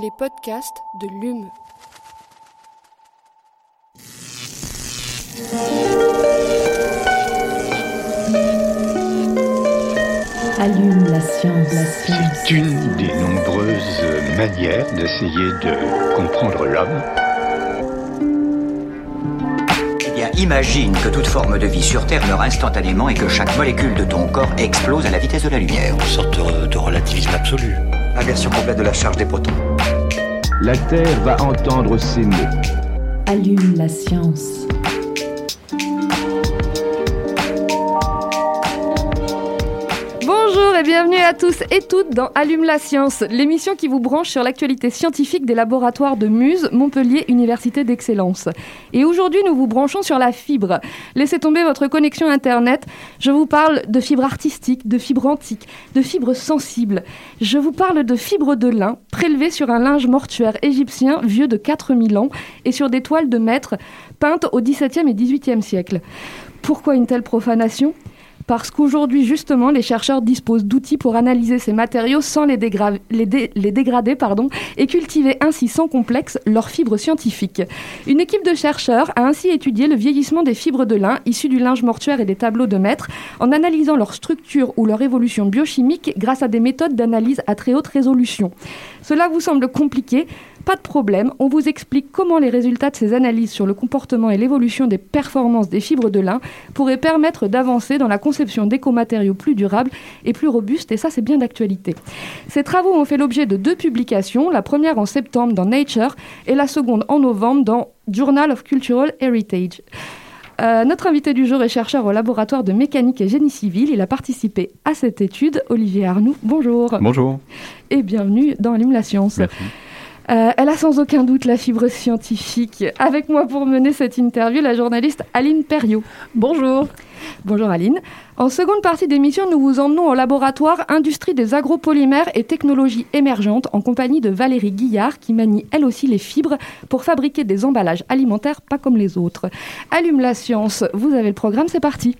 Les podcasts de l'UM. Allume la science. C'est une des nombreuses manières d'essayer de comprendre l'homme. Eh bien, imagine que toute forme de vie sur Terre meurt instantanément et que chaque molécule de ton corps explose à la vitesse de la lumière. Une sorte de relativisme absolu. Inversion complète de la charge des protons. La Terre va entendre ces mots. Allume la science. Bonjour et bienvenue à tous et toutes dans Allume la science, l'émission qui vous branche sur l'actualité scientifique des laboratoires de Muse, Montpellier, Université d'Excellence. Et aujourd'hui, nous vous branchons sur la fibre. Laissez tomber votre connexion Internet. Je vous parle de fibres artistiques, de fibres antiques, de fibres sensibles. Je vous parle de fibres de lin prélevées sur un linge mortuaire égyptien vieux de 4000 ans et sur des toiles de maître peintes au XVIIe et XVIIIe siècle. Pourquoi une telle profanation ? Parce qu'aujourd'hui, justement, les chercheurs disposent d'outils pour analyser ces matériaux sans les dégrader et cultiver ainsi sans complexe leurs fibres scientifiques. Une équipe de chercheurs a ainsi étudié le vieillissement des fibres de lin issues du linge mortuaire et des tableaux de maître en analysant leur structure ou leur évolution biochimique grâce à des méthodes d'analyse à très haute résolution. Cela vous semble compliqué ? Pas de problème, on vous explique comment les résultats de ces analyses sur le comportement et l'évolution des performances des fibres de lin pourraient permettre d'avancer dans la conception d'écomatériaux plus durables et plus robustes, et ça c'est bien d'actualité. Ces travaux ont fait l'objet de 2 publications, la première en septembre dans Nature et la seconde en novembre dans Journal of Cultural Heritage. Notre invité du jour est chercheur au laboratoire de mécanique et génie civil. Il a participé à cette étude. Olivier Arnoux, bonjour. Bonjour. Et bienvenue dans Allume la science. Merci. Elle a sans aucun doute la fibre scientifique. Avec moi pour mener cette interview, la journaliste Aline Perriot. Bonjour. Bonjour Aline. En seconde partie d'émission, nous vous emmenons au laboratoire Industrie des agropolymères et technologies émergentes en compagnie de Valérie Guillard qui manie elle aussi les fibres pour fabriquer des emballages alimentaires pas comme les autres. Allume la science, vous avez le programme, c'est parti.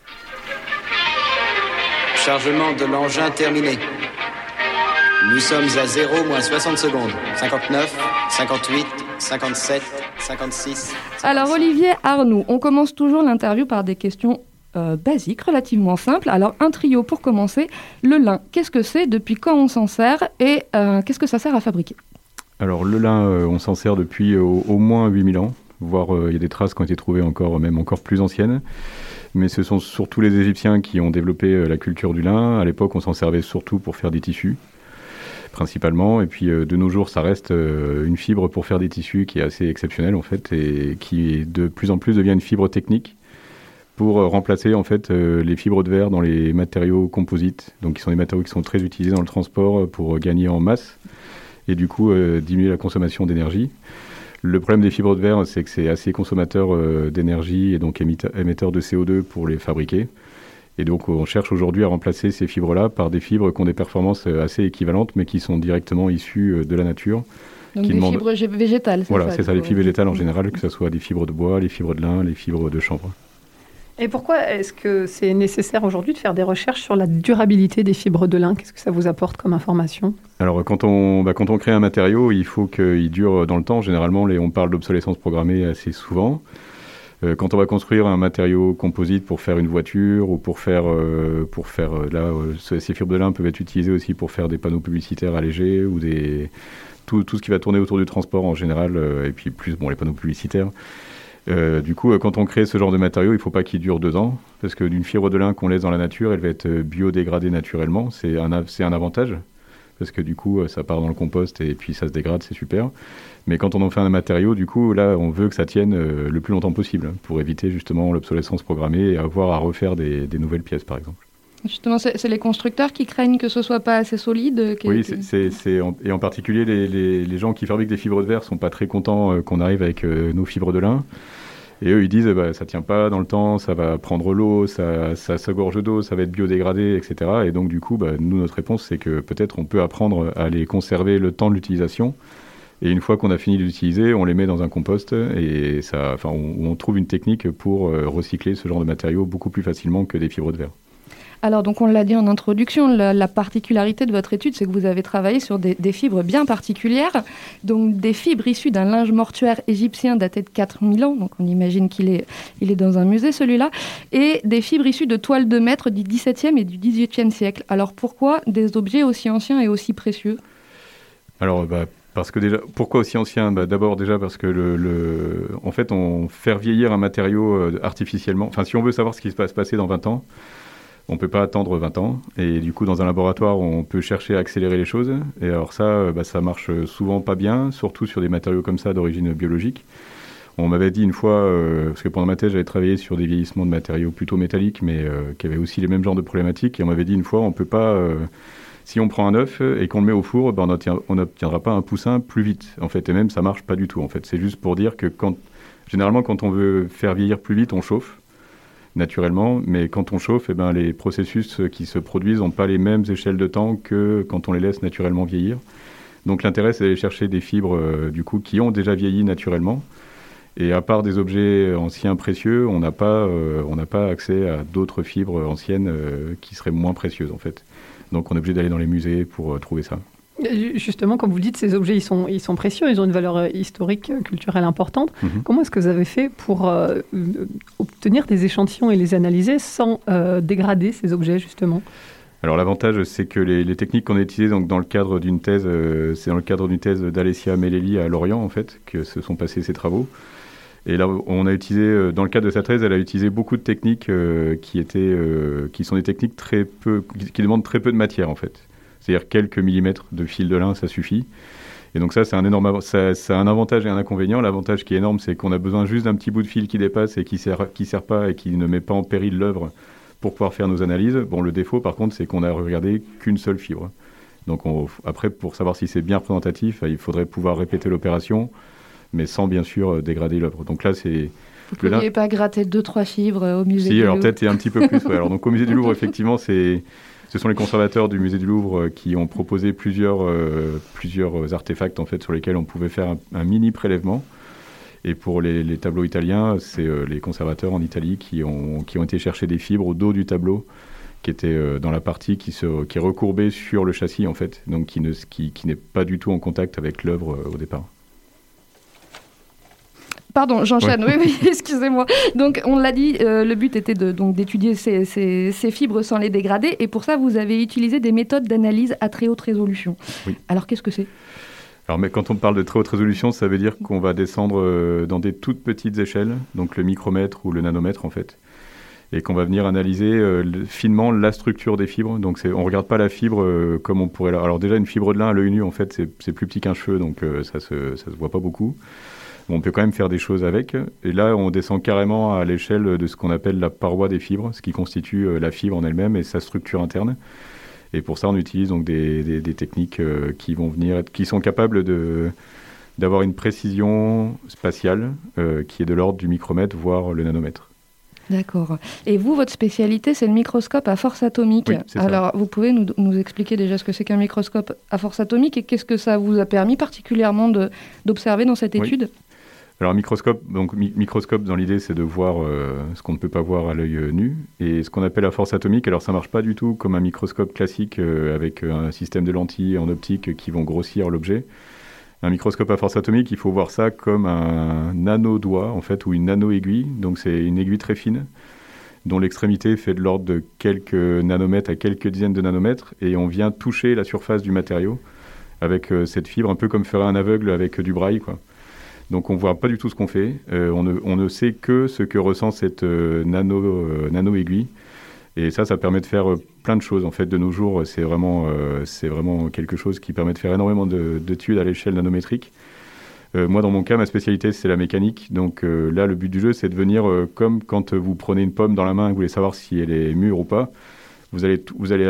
Chargement de l'engin terminé. Nous sommes à 0 moins 60 secondes. 59, 58, 57, 56... 57. Alors Olivier Arnoux, on commence toujours l'interview par des questions basiques, relativement simples. Alors un trio pour commencer. Le lin, qu'est-ce que c'est ? Depuis quand on s'en sert ? Et qu'est-ce que ça sert à fabriquer ? Alors le lin, on s'en sert depuis au moins 8000 ans. Voire il y a des traces qui ont été trouvées encore plus anciennes. Mais ce sont surtout les Égyptiens qui ont développé la culture du lin. À l'époque, on s'en servait surtout pour faire des tissus, principalement. Et puis, de nos jours, ça reste une fibre pour faire des tissus qui est assez exceptionnelle, en fait, et qui, de plus en plus, devient une fibre technique pour remplacer, en fait, les fibres de verre dans les matériaux composites. Donc, qui sont des matériaux qui sont très utilisés dans le transport pour gagner en masse et, du coup, diminuer la consommation d'énergie. Le problème des fibres de verre, c'est que c'est assez consommateur d'énergie et donc émetteur de CO2 pour les fabriquer. Et donc, on cherche aujourd'hui à remplacer ces fibres-là par des fibres qui ont des performances assez équivalentes, mais qui sont directement issues de la nature. Donc des fibres végétales, c'est ça ? Voilà, c'est ça, les fibres végétales en général, que ce soit des fibres de bois, les fibres de lin, les fibres de chanvre. Et pourquoi est-ce que c'est nécessaire aujourd'hui de faire des recherches sur la durabilité des fibres de lin ? Qu'est-ce que ça vous apporte comme information ? Alors, quand on crée un matériau, il faut qu'il dure dans le temps. Généralement, on parle d'obsolescence programmée assez souvent. Quand on va construire un matériau composite pour faire une voiture ou pour faire ces fibres de lin peuvent être utilisées aussi pour faire des panneaux publicitaires allégés ou tout ce qui va tourner autour du transport en général, et puis plus les panneaux publicitaires. Du coup, quand on crée ce genre de matériau, il ne faut pas qu'il dure 2 ans, parce que d'une fibre de lin qu'on laisse dans la nature, elle va être biodégradée naturellement. C'est un avantage, parce que du coup, ça part dans le compost et puis ça se dégrade, c'est super. Mais quand on en fait un matériau, du coup, là, on veut que ça tienne le plus longtemps possible, pour éviter justement l'obsolescence programmée et avoir à refaire des nouvelles pièces, par exemple. Justement, c'est les constructeurs qui craignent que ce ne soit pas assez solide Oui, et en particulier, les gens qui fabriquent des fibres de verre ne sont pas très contents qu'on arrive avec nos fibres de lin. Et eux, ils disent ça ne tient pas dans le temps, ça va prendre l'eau, ça s'agorge d'eau, ça va être biodégradé, etc. Et donc, du coup, nous, notre réponse, c'est que peut-être on peut apprendre à les conserver le temps de l'utilisation. Et une fois qu'on a fini de l'utiliser, on les met dans un compost et on trouve une technique pour recycler ce genre de matériaux beaucoup plus facilement que des fibres de verre. Alors, donc, on l'a dit en introduction, la particularité de votre étude, c'est que vous avez travaillé sur des fibres bien particulières, donc des fibres issues d'un linge mortuaire égyptien daté de 4000 ans, donc on imagine qu'il est dans un musée, celui-là, et des fibres issues de toiles de maître du XVIIe et du XVIIIe siècle. Alors, pourquoi des objets aussi anciens et aussi précieux ? Alors, parce que déjà, pourquoi aussi ancien ? D'abord déjà parce que en fait, on fait vieillir un matériau artificiellement. Enfin, si on veut savoir ce qui va se passer dans 20 ans, on ne peut pas attendre 20 ans. Et du coup, dans un laboratoire, on peut chercher à accélérer les choses. Et alors ça marche souvent pas bien, surtout sur des matériaux comme ça d'origine biologique. On m'avait dit une fois, parce que pendant ma thèse, j'avais travaillé sur des vieillissements de matériaux plutôt métalliques, mais qui avaient aussi les mêmes genres de problématiques. Et on m'avait dit une fois, on ne peut pas... si on prend un œuf et qu'on le met au four, on n'obtiendra pas un poussin plus vite, en fait. Et même, ça marche pas du tout, en fait. C'est juste pour dire que généralement, quand on veut faire vieillir plus vite, on chauffe, naturellement. Mais quand on chauffe, les processus qui se produisent n'ont pas les mêmes échelles de temps que quand on les laisse naturellement vieillir. Donc, l'intérêt, c'est d'aller chercher des fibres, du coup, qui ont déjà vieilli naturellement. Et à part des objets anciens précieux, on n'a pas accès à d'autres fibres anciennes qui seraient moins précieuses, en fait. Donc, on est obligé d'aller dans les musées pour trouver ça. Justement, comme vous le dites, ces objets, ils sont précieux, ils ont une valeur historique, culturelle importante. Comment est-ce que vous avez fait pour obtenir des échantillons et les analyser sans dégrader ces objets, justement ? Alors, l'avantage, c'est que les techniques qu'on a utilisées donc, dans le cadre d'une thèse, c'est dans le cadre d'une thèse d'Alessia Meleli à Lorient, en fait, que se sont passés ces travaux. Et là, on a utilisé, dans le cadre de sa thèse, elle a utilisé beaucoup de techniques qui sont des techniques qui demandent très peu de matière, en fait. C'est-à-dire quelques millimètres de fil de lin, ça suffit. Et donc ça a un avantage et un inconvénient. L'avantage qui est énorme, c'est qu'on a besoin juste d'un petit bout de fil qui dépasse et qui sert pas et qui ne met pas en péril l'œuvre pour pouvoir faire nos analyses. Bon, le défaut, par contre, c'est qu'on a regardé qu'une seule fibre. Donc après, pour savoir si c'est bien représentatif, il faudrait pouvoir répéter l'opération, mais sans bien sûr dégrader l'œuvre. Donc là, c'est... Vous ne pouviez pas gratter 2-3 fibres au musée du Louvre ? Si, alors peut-être un petit peu plus. Ouais. Alors donc au musée du Louvre, effectivement, ce sont les conservateurs du musée du Louvre qui ont proposé plusieurs artefacts en fait sur lesquels on pouvait faire un mini prélèvement. Et pour les tableaux italiens, c'est les conservateurs en Italie qui ont été chercher des fibres au dos du tableau, qui étaient dans la partie qui est recourbée sur le châssis en fait, donc qui n'est pas du tout en contact avec l'œuvre au départ. Pardon, j'enchaîne. Ouais. Oui, excusez-moi. Donc, on l'a dit, le but était d'étudier ces fibres sans les dégrader. Et pour ça, vous avez utilisé des méthodes d'analyse à très haute résolution. Oui. Alors, qu'est-ce que c'est ? Alors, mais quand on parle de très haute résolution, ça veut dire qu'on va descendre dans des toutes petites échelles, donc le micromètre ou le nanomètre, en fait, et qu'on va venir analyser finement la structure des fibres. Donc, on ne regarde pas la fibre comme on pourrait... Alors, déjà, une fibre de lin à l'œil nu, en fait, c'est plus petit qu'un cheveu, donc ça se voit pas beaucoup. On peut quand même faire des choses avec. Et là, on descend carrément à l'échelle de ce qu'on appelle la paroi des fibres, ce qui constitue la fibre en elle-même et sa structure interne. Et pour ça, on utilise donc des techniques qui sont capables d'avoir une précision spatiale qui est de l'ordre du micromètre, voire le nanomètre. D'accord. Et vous, votre spécialité, c'est le microscope à force atomique. Oui, c'est ça. Alors, vous pouvez nous expliquer déjà ce que c'est qu'un microscope à force atomique et qu'est-ce que ça vous a permis particulièrement d'observer dans cette étude ? Alors, microscope, dans l'idée, c'est de voir ce qu'on ne peut pas voir à l'œil nu. Et ce qu'on appelle à force atomique, alors ça ne marche pas du tout comme un microscope classique avec un système de lentilles en optique qui vont grossir l'objet. Un microscope à force atomique, il faut voir ça comme un nano-doigt, en fait, ou une nano-aiguille. Donc, c'est une aiguille très fine, dont l'extrémité fait de l'ordre de quelques nanomètres à quelques dizaines de nanomètres. Et on vient toucher la surface du matériau avec cette fibre, un peu comme ferait un aveugle avec du braille, quoi. Donc, on ne voit pas du tout ce qu'on fait. On ne sait que ce que ressent cette nano-aiguille. Et ça permet de faire plein de choses. En fait, de nos jours, c'est vraiment quelque chose qui permet de faire énormément d'études à l'échelle nanométrique. Moi, dans mon cas, ma spécialité, c'est la mécanique. Donc là, le but du jeu, c'est de venir comme quand vous prenez une pomme dans la main et que vous voulez savoir si elle est mûre ou pas. Vous allez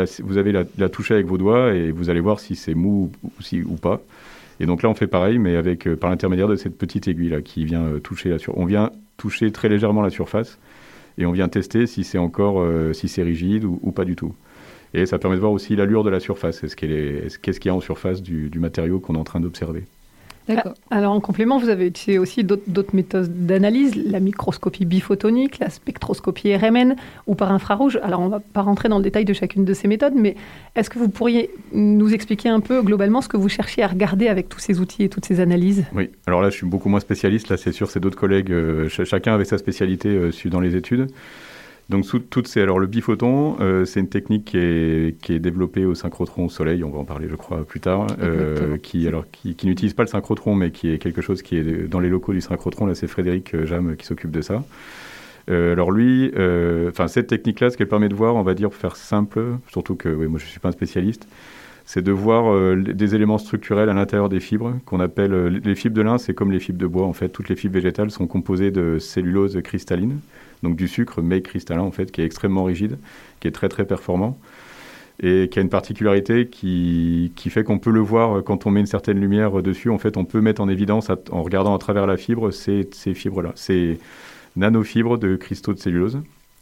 la toucher avec vos doigts et vous allez voir si c'est mou ou pas. Et donc là, on fait pareil, mais par l'intermédiaire de cette petite aiguille-là qui vient toucher la surface. On vient toucher très légèrement la surface et on vient tester si c'est rigide ou pas du tout. Et ça permet de voir aussi l'allure de la surface. Qu'est-ce qu'il y a en surface du matériau qu'on est en train d'observer. D'accord. Alors, en complément, vous avez utilisé aussi d'autres méthodes d'analyse, la microscopie biphotonique, la spectroscopie RMN ou par infrarouge. Alors, on ne va pas rentrer dans le détail de chacune de ces méthodes, mais est-ce que vous pourriez nous expliquer un peu globalement ce que vous cherchez à regarder avec tous ces outils et toutes ces analyses ? Oui, alors là, je suis beaucoup moins spécialiste. Là, c'est sûr, c'est d'autres collègues. Chacun avait sa spécialité dans les études. Donc, alors le biphoton, c'est une technique qui est développée au synchrotron Soleil, on va en parler je crois plus tard, qui n'utilise pas le synchrotron, mais qui est quelque chose qui est dans les locaux du synchrotron. Là, c'est Frédéric Jam qui s'occupe de ça. Alors lui, cette technique-là, ce qu'elle permet de voir, on va dire, pour faire simple, surtout que moi je ne suis pas un spécialiste, c'est de voir des éléments structurels à l'intérieur des fibres, qu'on appelle les fibres de lin, c'est comme les fibres de bois en fait. Toutes les fibres végétales sont composées de cellulose cristalline, donc du sucre mais cristallin en fait, qui est extrêmement rigide, qui est très très performant et qui a une particularité qui fait qu'on peut le voir quand on met une certaine lumière dessus. En fait, on peut mettre en évidence en regardant à travers la fibre ces fibres-là, ces nanofibres de cristaux de cellulose.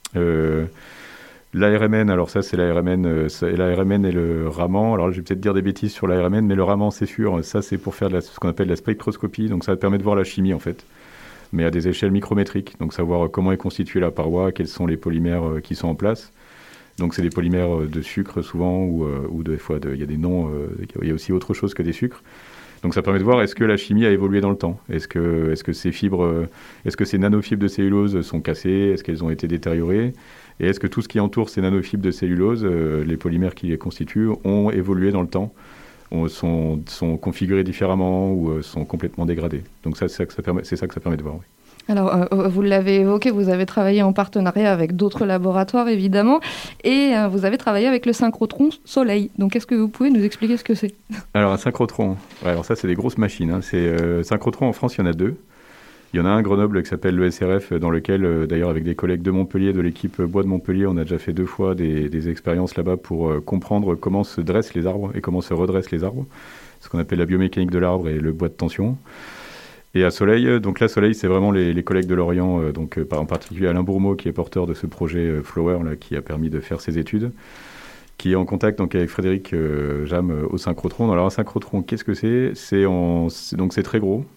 L'ARMN, alors ça c'est l'ARMN et le Raman. Alors là, je vais peut-être dire des bêtises sur l'ARMN, mais le Raman c'est sûr, ça c'est pour faire ce qu'on appelle la spectroscopie, donc ça permet de voir la chimie en fait, mais à des échelles micrométriques, donc savoir comment est constituée la paroi, quels sont les polymères qui sont en place. Donc c'est des polymères de sucre souvent, ou des fois il y a des noms, il y a aussi autre chose que des sucres. Donc ça permet de voir est-ce que la chimie a évolué dans le temps, est-ce que ces fibres, est-ce que ces nanofibres de cellulose sont cassées, est-ce qu'elles ont été détériorées, et est-ce que tout ce qui entoure ces nanofibres de cellulose, les polymères qui les constituent, ont évolué dans le temps, sont configurés différemment ou sont complètement dégradés. Donc c'est ça que ça permet de voir. Oui. Alors, vous l'avez évoqué, vous avez travaillé en partenariat avec d'autres laboratoires, évidemment, et vous avez travaillé avec le synchrotron Soleil. Donc, est-ce que vous pouvez nous expliquer ce que c'est ? Alors, un synchrotron, alors ça, c'est des grosses machines. Hein. Synchrotron, en France, il y en a 2. Il y en a un à Grenoble qui s'appelle le SRF, dans lequel, d'ailleurs, avec des collègues de Montpellier, de l'équipe Bois de Montpellier, on a déjà fait 2 fois des expériences là-bas pour comprendre comment se dressent les arbres et comment se redressent les arbres, ce qu'on appelle la biomécanique de l'arbre et le bois de tension. Et à Soleil, donc là, Soleil, c'est vraiment les collègues de Lorient, en particulier Alain Bourmeau, qui est porteur de ce projet Flower, là, qui a permis de faire ses études, qui est en contact donc, avec Frédéric Jam au synchrotron. Alors, un synchrotron, qu'est-ce que c'est ? Donc, c'est très gros.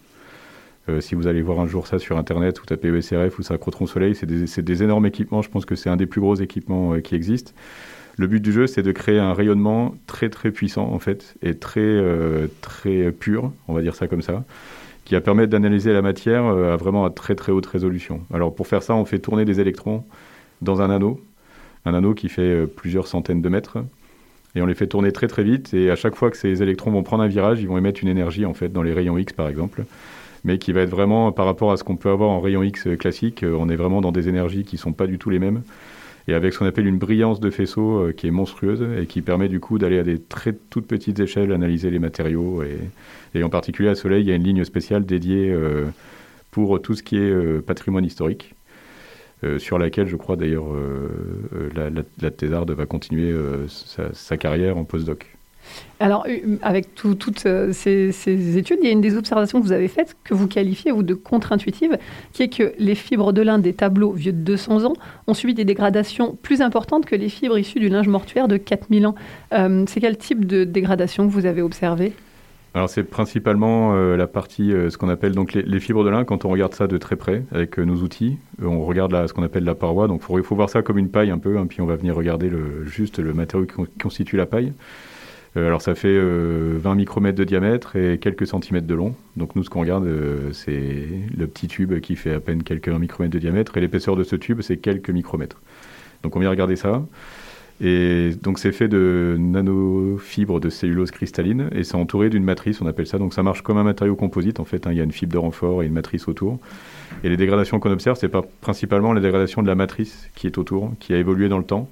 Si vous allez voir un jour ça sur Internet, vous tapez ESRF ou synchrotron Soleil, c'est des énormes équipements. Je pense que c'est un des plus gros équipements qui existent. Le but du jeu, c'est de créer un rayonnement très, très puissant, en fait, et très, très pur, on va dire ça comme ça, qui va permettre d'analyser la matière à très très haute résolution. Alors pour faire ça, on fait tourner des électrons dans un anneau qui fait plusieurs centaines de mètres, et on les fait tourner très très vite, et à chaque fois que ces électrons vont prendre un virage, ils vont émettre une énergie en fait dans les rayons X par exemple, mais qui va être vraiment par rapport à ce qu'on peut avoir en rayons X classique, on est vraiment dans des énergies qui ne sont pas du tout les mêmes, et avec ce qu'on appelle une brillance de faisceau qui est monstrueuse et qui permet du coup d'aller à des très toutes petites échelles, analyser les matériaux, et en particulier à Soleil, il y a une ligne spéciale dédiée pour tout ce qui est patrimoine historique, sur laquelle je crois d'ailleurs la thésarde va continuer sa carrière en postdoc. Alors, avec toutes ces études, il y a une des observations que vous avez faites, que vous qualifiez, vous, de contre-intuitive, qui est que les fibres de lin des tableaux vieux de 200 ans ont subi des dégradations plus importantes que les fibres issues du linge mortuaire de 4000 ans. C'est quel type de dégradation que vous avez observé ? Alors, c'est principalement la partie, ce qu'on appelle donc les fibres de lin. Quand on regarde ça de très près avec nos outils, on regarde ce qu'on appelle la paroi. Donc, il faut voir ça comme une paille un peu, hein, puis on va venir regarder juste le matériau qui constitue la paille. Alors ça fait 20 micromètres de diamètre et quelques centimètres de long. Donc nous, ce qu'on regarde, c'est le petit tube qui fait à peine quelques micromètres de diamètre, et l'épaisseur de ce tube, c'est quelques micromètres. Donc on vient regarder ça. Et donc c'est fait de nanofibres de cellulose cristalline, et c'est entouré d'une matrice, on appelle ça. Donc ça marche comme un matériau composite, en fait, hein, il y a une fibre de renfort et une matrice autour. Et les dégradations qu'on observe, c'est pas principalement la dégradation de la matrice qui est autour, qui a évolué dans le temps.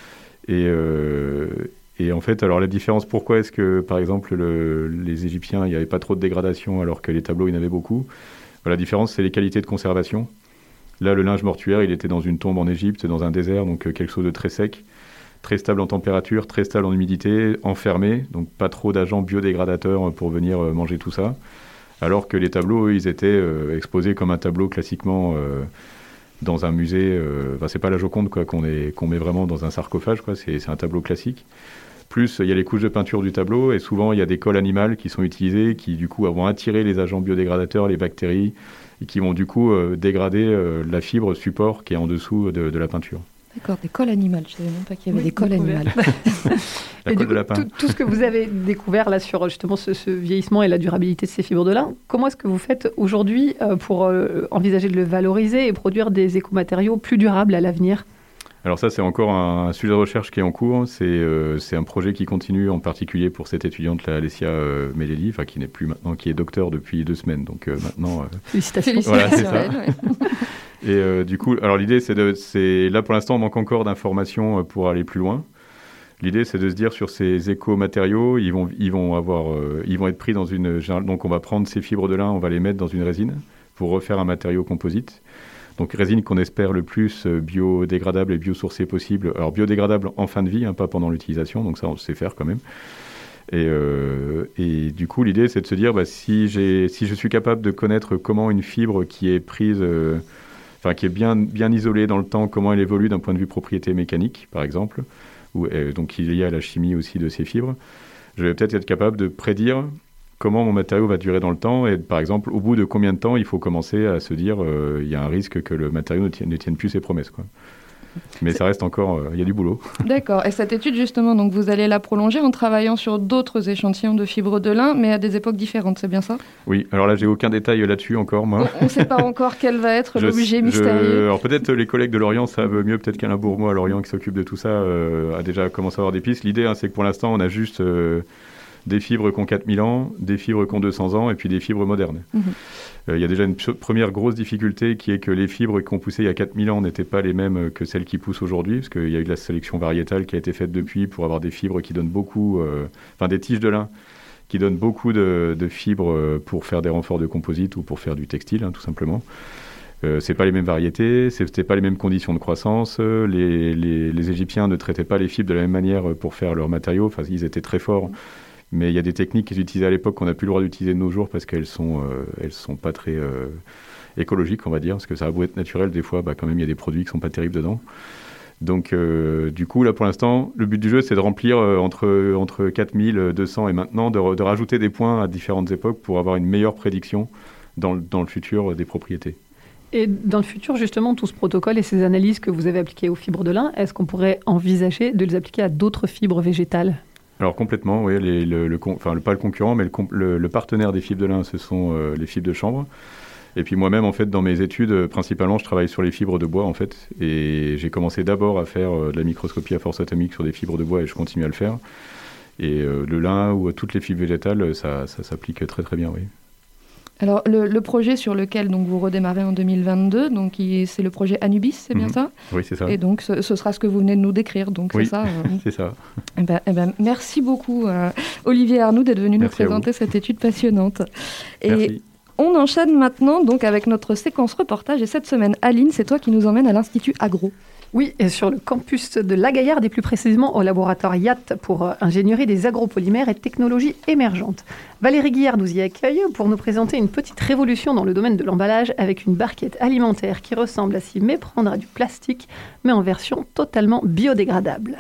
Et en fait, alors la différence, pourquoi est-ce que, par exemple, les Égyptiens, il n'y avait pas trop de dégradation alors que les tableaux, il y en avait beaucoup ? La différence, c'est les qualités de conservation. Là, le linge mortuaire, il était dans une tombe en Égypte, dans un désert, donc quelque chose de très sec, très stable en température, très stable en humidité, enfermé, donc pas trop d'agents biodégradateurs pour venir manger tout ça. Alors que les tableaux, eux, ils étaient exposés comme un tableau classiquement dans un musée. C'est pas la Joconde quoi, qu'on met vraiment dans un sarcophage, quoi, c'est un tableau classique. Plus, il y a les couches de peinture du tableau, et souvent, il y a des colles animales qui sont utilisées, qui, du coup, vont attirer les agents biodégradateurs, les bactéries, et qui vont, du coup, dégrader la fibre support qui est en dessous de la peinture. D'accord, des colles animales. Je ne savais même pas qu'il y avait des colles animales. La colle de lapin. Tout ce que vous avez découvert là sur justement ce vieillissement et la durabilité de ces fibres de lin, comment est-ce que vous faites aujourd'hui pour envisager de le valoriser et produire des écomatériaux plus durables à l'avenir ? Alors ça, c'est encore un sujet de recherche qui est en cours. C'est un projet qui continue, en particulier pour cette étudiante, la Alessia Meleli, qui n'est plus maintenant, qui est docteur depuis 2 semaines. Donc maintenant... Félicitations. Voilà, c'est ça. Et du coup, alors l'idée, c'est là pour l'instant, on manque encore d'informations pour aller plus loin. L'idée, c'est de se dire sur ces éco-matériaux, ils vont être pris dans une... Donc on va prendre ces fibres de lin, on va les mettre dans une résine pour refaire un matériau composite. Donc résine qu'on espère le plus biodégradable et biosourcée possible. Alors biodégradable en fin de vie, pas pendant l'utilisation, donc ça on sait faire quand même. Et du coup l'idée c'est de se dire si je suis capable de connaître comment une fibre qui est prise, qui est bien isolée dans le temps, comment elle évolue d'un point de vue propriété mécanique par exemple, donc il y a la chimie aussi de ces fibres, je vais peut-être être capable de prédire comment mon matériau va durer dans le temps et, par exemple, au bout de combien de temps il faut commencer à se dire il y a un risque que le matériau ne tienne plus ses promesses, quoi. Mais ça reste encore... Il y a du boulot. D'accord. Et cette étude, justement, donc vous allez la prolonger en travaillant sur d'autres échantillons de fibres de lin, mais à des époques différentes, c'est bien ça ? Oui. Alors là, j'ai aucun détail là-dessus encore, moi. On ne sait pas encore quel va être l'objet mystérieux. Alors peut-être les collègues de Lorient savent mieux. Peut-être qu'Alain Bourmeau à Lorient, qui s'occupe de tout ça, a déjà commencé à avoir des pistes. L'idée, c'est que pour l'instant, on a juste... des fibres qui ont 4000 ans, des fibres qui ont 200 ans et puis des fibres modernes. Il y a déjà une première grosse difficulté qui est que les fibres qui ont poussé il y a 4000 ans n'étaient pas les mêmes que celles qui poussent aujourd'hui, parce qu'il y a eu de la sélection variétale qui a été faite depuis pour avoir des fibres qui donnent beaucoup, des tiges de lin qui donnent beaucoup de fibres pour faire des renforts de composite ou pour faire du textile, tout simplement. C'est pas les mêmes variétés, c'était pas les mêmes conditions de croissance. Les Égyptiens ne traitaient pas les fibres de la même manière pour faire leurs matériaux. Ils étaient très forts. Mais il y a des techniques qu'ils utilisaient à l'époque qu'on n'a plus le droit d'utiliser de nos jours parce qu'elles sont pas très écologiques, on va dire, parce que ça a beau être naturel, des fois, quand même, il y a des produits qui sont pas terribles dedans. Donc, du coup, là, pour l'instant, le but du jeu, c'est de remplir entre 4200 et maintenant, de rajouter des points à différentes époques pour avoir une meilleure prédiction dans le futur des propriétés. Et dans le futur, justement, tout ce protocole et ces analyses que vous avez appliquées aux fibres de lin, est-ce qu'on pourrait envisager de les appliquer à d'autres fibres végétales ? Alors complètement, oui. Pas le concurrent, mais le partenaire des fibres de lin, ce sont les fibres de chanvre. Et puis moi-même, en fait, dans mes études, principalement, je travaille sur les fibres de bois, en fait. Et j'ai commencé d'abord à faire de la microscopie à force atomique sur des fibres de bois et je continue à le faire. Et le lin ou toutes les fibres végétales, ça s'applique très très bien, oui. Alors, le projet sur lequel donc, vous redémarrez en 2022, donc, c'est le projet Anubis, c'est bien ça ? Oui, c'est ça. Et donc, ce sera ce que vous venez de nous décrire, donc oui, c'est ça c'est ça. Eh ben, merci beaucoup, Olivier Arnoux, d'être venu nous présenter cette étude passionnante. Et merci. On enchaîne maintenant donc, avec notre séquence reportage. Et cette semaine, Aline, c'est toi qui nous emmène à l'Institut Agro. Oui, et sur le campus de La Gaillarde et plus précisément au laboratoire IAT pour ingénierie des agropolymères et technologies émergentes. Valérie Guillard nous y accueille pour nous présenter une petite révolution dans le domaine de l'emballage avec une barquette alimentaire qui ressemble à s'y méprendre à du plastique, mais en version totalement biodégradable.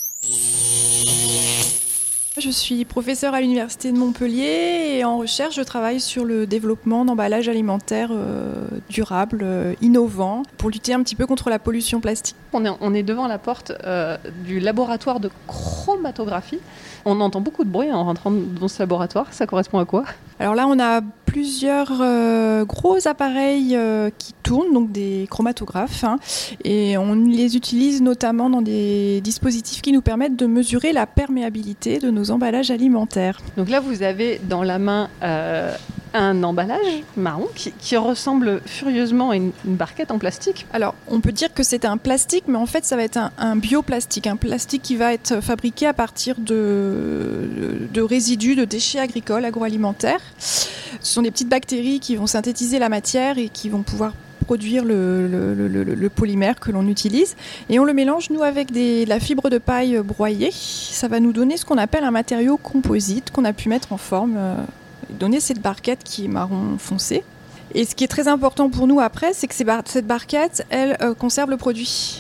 Je suis professeure à l'Université de Montpellier et en recherche, je travaille sur le développement d'emballages alimentaires durables, innovants, pour lutter un petit peu contre la pollution plastique. On est devant la porte du laboratoire de chromatographie. On entend beaucoup de bruit en rentrant dans ce laboratoire. Ça correspond à quoi ? Alors là, on a plusieurs gros appareils qui tournent, donc des chromatographes, et on les utilise notamment dans des dispositifs qui nous permettent de mesurer la perméabilité de nos emballages alimentaires. Donc là, vous avez dans la main un emballage marron qui ressemble furieusement à une barquette en plastique. Alors, on peut dire que c'est un plastique, mais en fait, ça va être un bioplastique, un plastique qui va être fabriqué à partir de résidus, de déchets agricoles, agroalimentaires. Ce sont des petites bactéries qui vont synthétiser la matière et qui vont pouvoir produire le polymère que l'on utilise. Et on le mélange, nous, avec de la fibre de paille broyée. Ça va nous donner ce qu'on appelle un matériau composite qu'on a pu mettre en forme, donner cette barquette qui est marron foncé. Et ce qui est très important pour nous après, c'est que cette barquette, elle conserve le produit.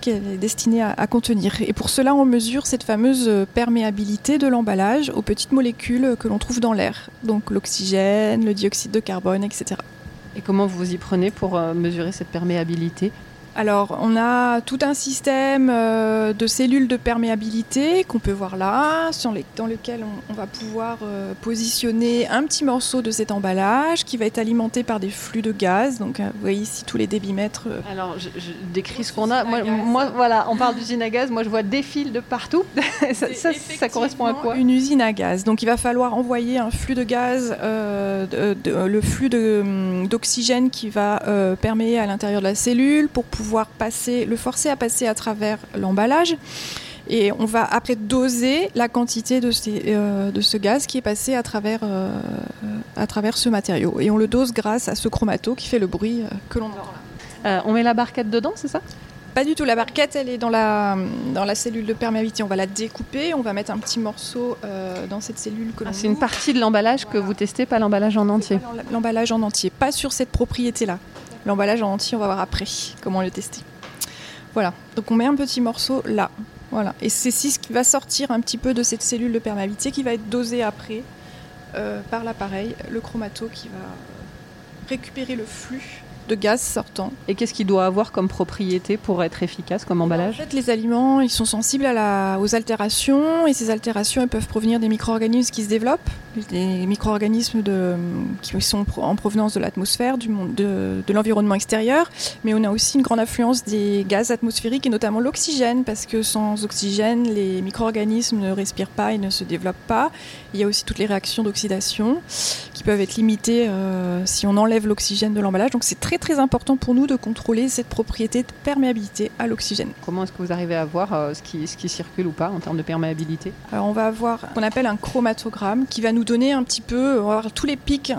qu'elle est destinée à contenir. Et pour cela, on mesure cette fameuse perméabilité de l'emballage aux petites molécules que l'on trouve dans l'air, donc l'oxygène, le dioxyde de carbone, etc. Et comment vous y prenez pour mesurer cette perméabilité ? Alors, on a tout un système de cellules de perméabilité qu'on peut voir là, dans lequel on va pouvoir positionner un petit morceau de cet emballage qui va être alimenté par des flux de gaz. Donc, vous voyez ici tous les débitmètres. Alors, je décris ce qu'on a. Moi, voilà, on parle d'usine à gaz. Moi, je vois des fils de partout. ça correspond à quoi ? Une usine à gaz. Donc, il va falloir envoyer un flux de gaz, le flux d'oxygène qui va perméer à l'intérieur de la cellule pour pouvoir le forcer à passer à travers l'emballage. Et on va après doser la quantité de ce gaz qui est passé à travers ce matériau. Et on le dose grâce à ce chromato qui fait le bruit que l'on entend là. On met la barquette dedans, c'est ça ? Pas du tout. La barquette, elle est dans la cellule de perméabilité. On va la découper. On va mettre un petit morceau dans cette cellule que l'on c'est une partie de l'emballage que vous testez, pas l'emballage en entier ? L'emballage en entier, pas sur cette propriété-là. L'emballage en entier, on va voir après comment le tester. Voilà, donc on met un petit morceau là. Voilà. Et c'est ce qui va sortir un petit peu de cette cellule de perméabilité qui va être dosée après par l'appareil, le chromato qui va récupérer le flux de gaz sortant. Et qu'est-ce qu'il doit avoir comme propriété pour être efficace comme emballage ? En fait, les aliments, ils sont sensibles aux altérations, et ces altérations, elles peuvent provenir des micro-organismes qui se développent, des micro-organismes qui sont en provenance de l'atmosphère, de l'environnement extérieur, mais on a aussi une grande influence des gaz atmosphériques et notamment l'oxygène, parce que sans oxygène, les micro-organismes ne respirent pas et ne se développent pas. Il y a aussi toutes les réactions d'oxydation qui peuvent être limitées si on enlève l'oxygène de l'emballage. Donc c'est très très important pour nous de contrôler cette propriété de perméabilité à l'oxygène. Comment est-ce que vous arrivez à voir ce qui circule ou pas en termes de perméabilité ? Alors on va avoir ce qu'on appelle un chromatogramme qui va nous donner un petit peu, on va avoir tous les pics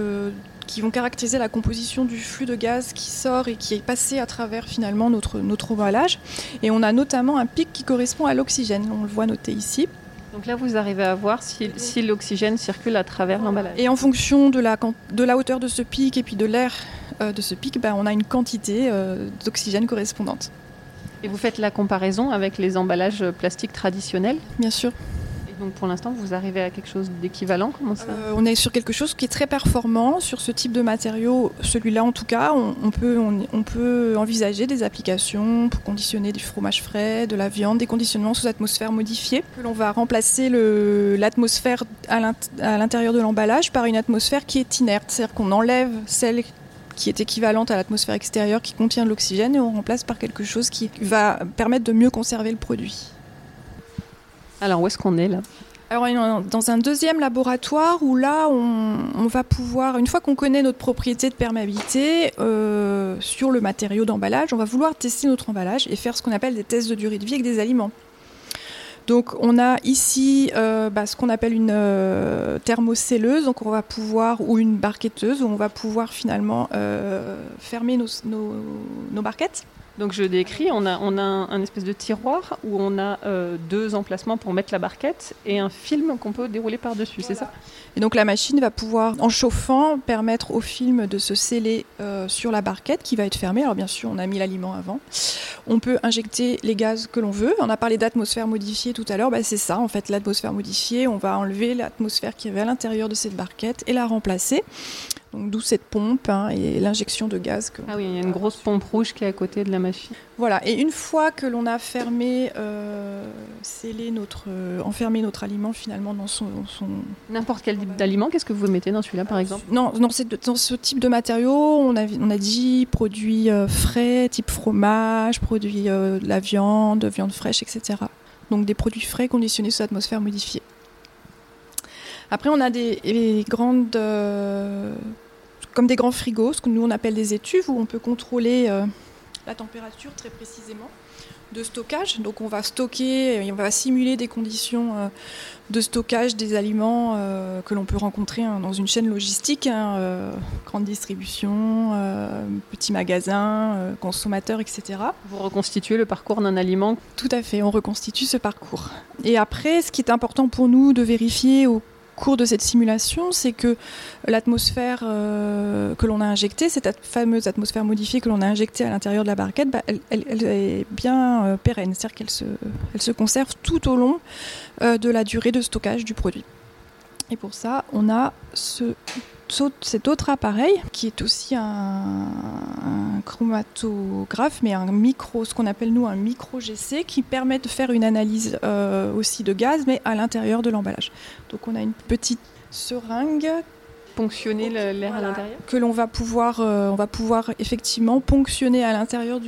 qui vont caractériser la composition du flux de gaz qui sort et qui est passé à travers finalement notre emballage. Et on a notamment un pic qui correspond à l'oxygène, on le voit noté ici. Donc là, vous arrivez à voir si l'oxygène circule à travers l'emballage. Et en fonction de la hauteur de ce pic et puis de l'air de ce pic, on a une quantité d'oxygène correspondante. Et vous faites la comparaison avec les emballages plastiques traditionnels ? Bien sûr. Et donc pour l'instant, vous arrivez à quelque chose d'équivalent ? Comment ça ? On est sur quelque chose qui est très performant sur ce type de matériau. Celui-là, en tout cas, on peut envisager des applications pour conditionner du fromage frais, de la viande, des conditionnements sous atmosphère modifiée. On va remplacer l'atmosphère à l'intérieur de l'emballage par une atmosphère qui est inerte, c'est-à-dire qu'on enlève celle qui est équivalente à l'atmosphère extérieure qui contient de l'oxygène et on remplace par quelque chose qui va permettre de mieux conserver le produit. Alors où est-ce qu'on est là ? Alors dans un deuxième laboratoire où là on va pouvoir, une fois qu'on connaît notre propriété de perméabilité sur le matériau d'emballage, on va vouloir tester notre emballage et faire ce qu'on appelle des tests de durée de vie avec des aliments. Donc on a ici ce qu'on appelle une thermocelleuse, donc on va pouvoir, ou une barquetteuse, où on va pouvoir finalement fermer nos barquettes. Donc je décris, on a un espèce de tiroir où on a 2 emplacements pour mettre la barquette et un film qu'on peut dérouler par-dessus, voilà. C'est ça ? Et donc la machine va pouvoir, en chauffant, permettre au film de se sceller sur la barquette qui va être fermée. Alors bien sûr, on a mis l'aliment avant. On peut injecter les gaz que l'on veut. On a parlé d'atmosphère modifiée tout à l'heure. C'est ça, en fait, l'atmosphère modifiée. On va enlever l'atmosphère qui avait à l'intérieur de cette barquette et la remplacer. Donc, d'où cette pompe et l'injection de gaz. Ah oui, il y a une grosse pompe rouge qui est à côté de la machine. Voilà, et une fois que l'on a fermé, enfermé notre aliment finalement dans son... N'importe quel type d'aliment, qu'est-ce que vous mettez dans celui-là par exemple ? Non, dans ce type de matériaux, on a dit produits frais, type fromage, produits de la viande fraîche, etc. Donc des produits frais conditionnés sous atmosphère modifiée. Après, on a des grandes... comme des grands frigos, ce que nous on appelle des étuves, où on peut contrôler la température très précisément de stockage. Donc on va stocker, on va simuler des conditions de stockage des aliments que l'on peut rencontrer dans une chaîne logistique, grande distribution, petits magasins, consommateurs, etc. Vous reconstituez le parcours d'un aliment ? Tout à fait, on reconstitue ce parcours. Et après, ce qui est important pour nous de vérifier cours de cette simulation, c'est que l'atmosphère que l'on a injectée, cette fameuse atmosphère modifiée que l'on a injectée à l'intérieur de la barquette, elle est bien pérenne, c'est-à-dire qu'elle se conserve tout au long de la durée de stockage du produit. Et pour ça, on a cet autre appareil qui est aussi un chromatographe, mais ce qu'on appelle nous un micro-GC, qui permet de faire une analyse aussi de gaz, mais à l'intérieur de l'emballage. Donc on a une petite seringue ponctionner l'air à l'intérieur, que l'on va pouvoir, effectivement ponctionner à l'intérieur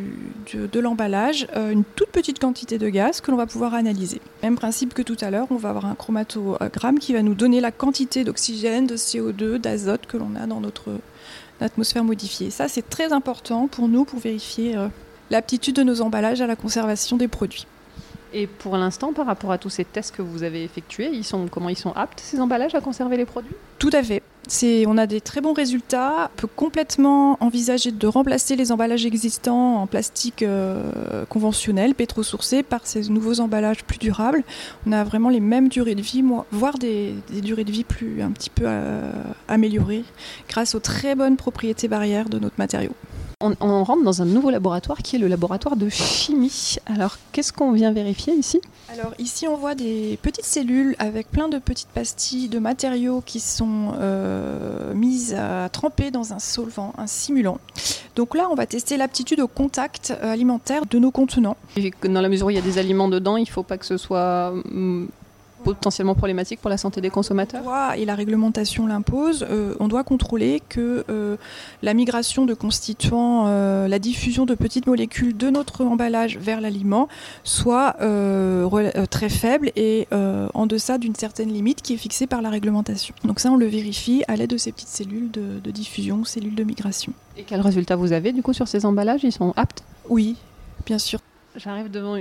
de l'emballage une toute petite quantité de gaz que l'on va pouvoir analyser. Même principe que tout à l'heure, on va avoir un chromatogramme qui va nous donner la quantité d'oxygène, de CO2, d'azote que l'on a dans notre atmosphère modifiée. Ça, c'est très important pour nous pour vérifier l'aptitude de nos emballages à la conservation des produits. Et pour l'instant, par rapport à tous ces tests que vous avez effectués, comment ils sont aptes, ces emballages, à conserver les produits ? Tout à fait. On a des très bons résultats. On peut complètement envisager de remplacer les emballages existants en plastique conventionnel, pétrosourcé, par ces nouveaux emballages plus durables. On a vraiment les mêmes durées de vie, voire des durées de vie un petit peu améliorées grâce aux très bonnes propriétés barrières de notre matériau. On rentre dans un nouveau laboratoire qui est le laboratoire de chimie. Alors, qu'est-ce qu'on vient vérifier ici ? Alors ici, on voit des petites cellules avec plein de petites pastilles de matériaux qui sont mises à tremper dans un solvant, un simulant. Donc là, on va tester l'aptitude au contact alimentaire de nos contenants. Et dans la mesure où il y a des aliments dedans, il ne faut pas que ce soit potentiellement problématique pour la santé des consommateurs. Et la réglementation l'impose, on doit contrôler que la migration de constituants, la diffusion de petites molécules de notre emballage vers l'aliment soit très faible et en deçà d'une certaine limite qui est fixée par la réglementation. Donc ça, on le vérifie à l'aide de ces petites cellules de diffusion, cellules de migration. Et quels résultats vous avez du coup sur ces emballages ? Ils sont aptes ? Oui, bien sûr. J'arrive devant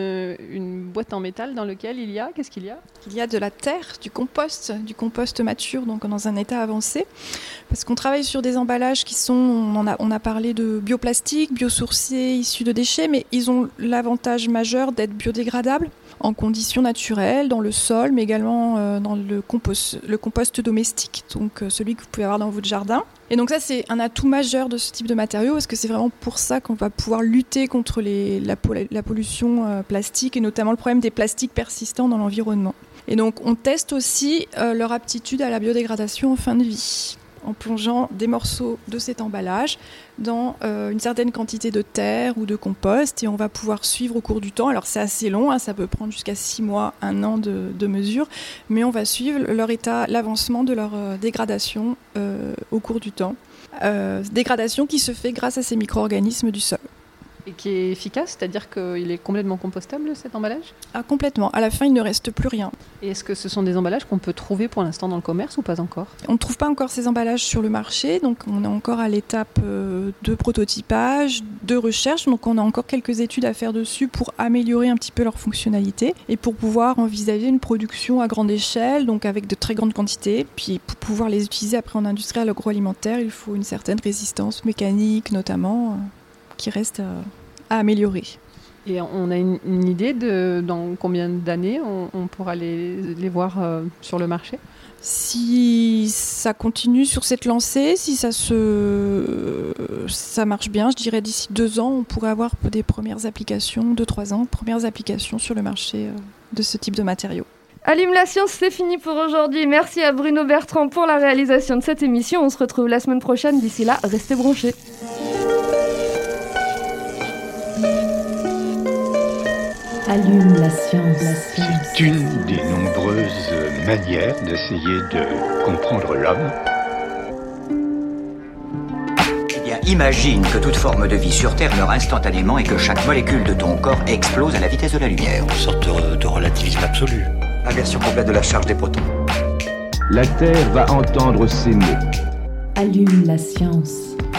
une boîte en métal dans laquelle qu'est-ce qu'il y a ? Il y a de la terre, du compost mature, donc dans un état avancé. Parce qu'on travaille sur des emballages qui sont, on a parlé de bioplastique, biosourcés, issus de déchets, mais ils ont l'avantage majeur d'être biodégradables en conditions naturelles, dans le sol, mais également dans le compost domestique, donc celui que vous pouvez avoir dans votre jardin. Et donc ça, c'est un atout majeur de ce type de matériaux, parce que c'est vraiment pour ça qu'on va pouvoir lutter contre la pollution plastique, et notamment le problème des plastiques persistants dans l'environnement. Et donc on teste aussi leur aptitude à la biodégradation en fin de vie, en plongeant des morceaux de cet emballage dans une certaine quantité de terre ou de compost, et on va pouvoir suivre au cours du temps. Alors c'est assez long, ça peut prendre jusqu'à 6 mois, 1 an de mesure, mais on va suivre leur état, l'avancement de leur dégradation au cours du temps. Dégradation qui se fait grâce à ces micro-organismes du sol. Et qui est efficace, c'est-à-dire qu'il est complètement compostable, cet emballage ? Complètement. À la fin, il ne reste plus rien. Et est-ce que ce sont des emballages qu'on peut trouver pour l'instant dans le commerce ou pas encore ? On ne trouve pas encore ces emballages sur le marché, donc on est encore à l'étape de prototypage, de recherche, donc on a encore quelques études à faire dessus pour améliorer un petit peu leur fonctionnalité et pour pouvoir envisager une production à grande échelle, donc avec de très grandes quantités. Puis pour pouvoir les utiliser après en industrie agroalimentaire, il faut une certaine résistance mécanique notamment, qui reste à améliorer. Et on a une idée de dans combien d'années on pourra les voir sur le marché ? Si ça continue sur cette lancée, si ça marche bien, je dirais d'ici 2 ans, on pourrait avoir des premières applications, 2-3 ans, premières applications sur le marché de ce type de matériaux. Allume la science, c'est fini pour aujourd'hui. Merci à Bruno Bertrand pour la réalisation de cette émission. On se retrouve la semaine prochaine. D'ici là, restez branchés. Allume la science. C'est une des nombreuses manières d'essayer de comprendre l'homme. Eh bien, imagine que toute forme de vie sur Terre meurt instantanément et que chaque molécule de ton corps explose à la vitesse de la lumière. Une sorte de relativisme absolu. Inversion complète de la charge des protons. La Terre va entendre ces mots. Allume la science.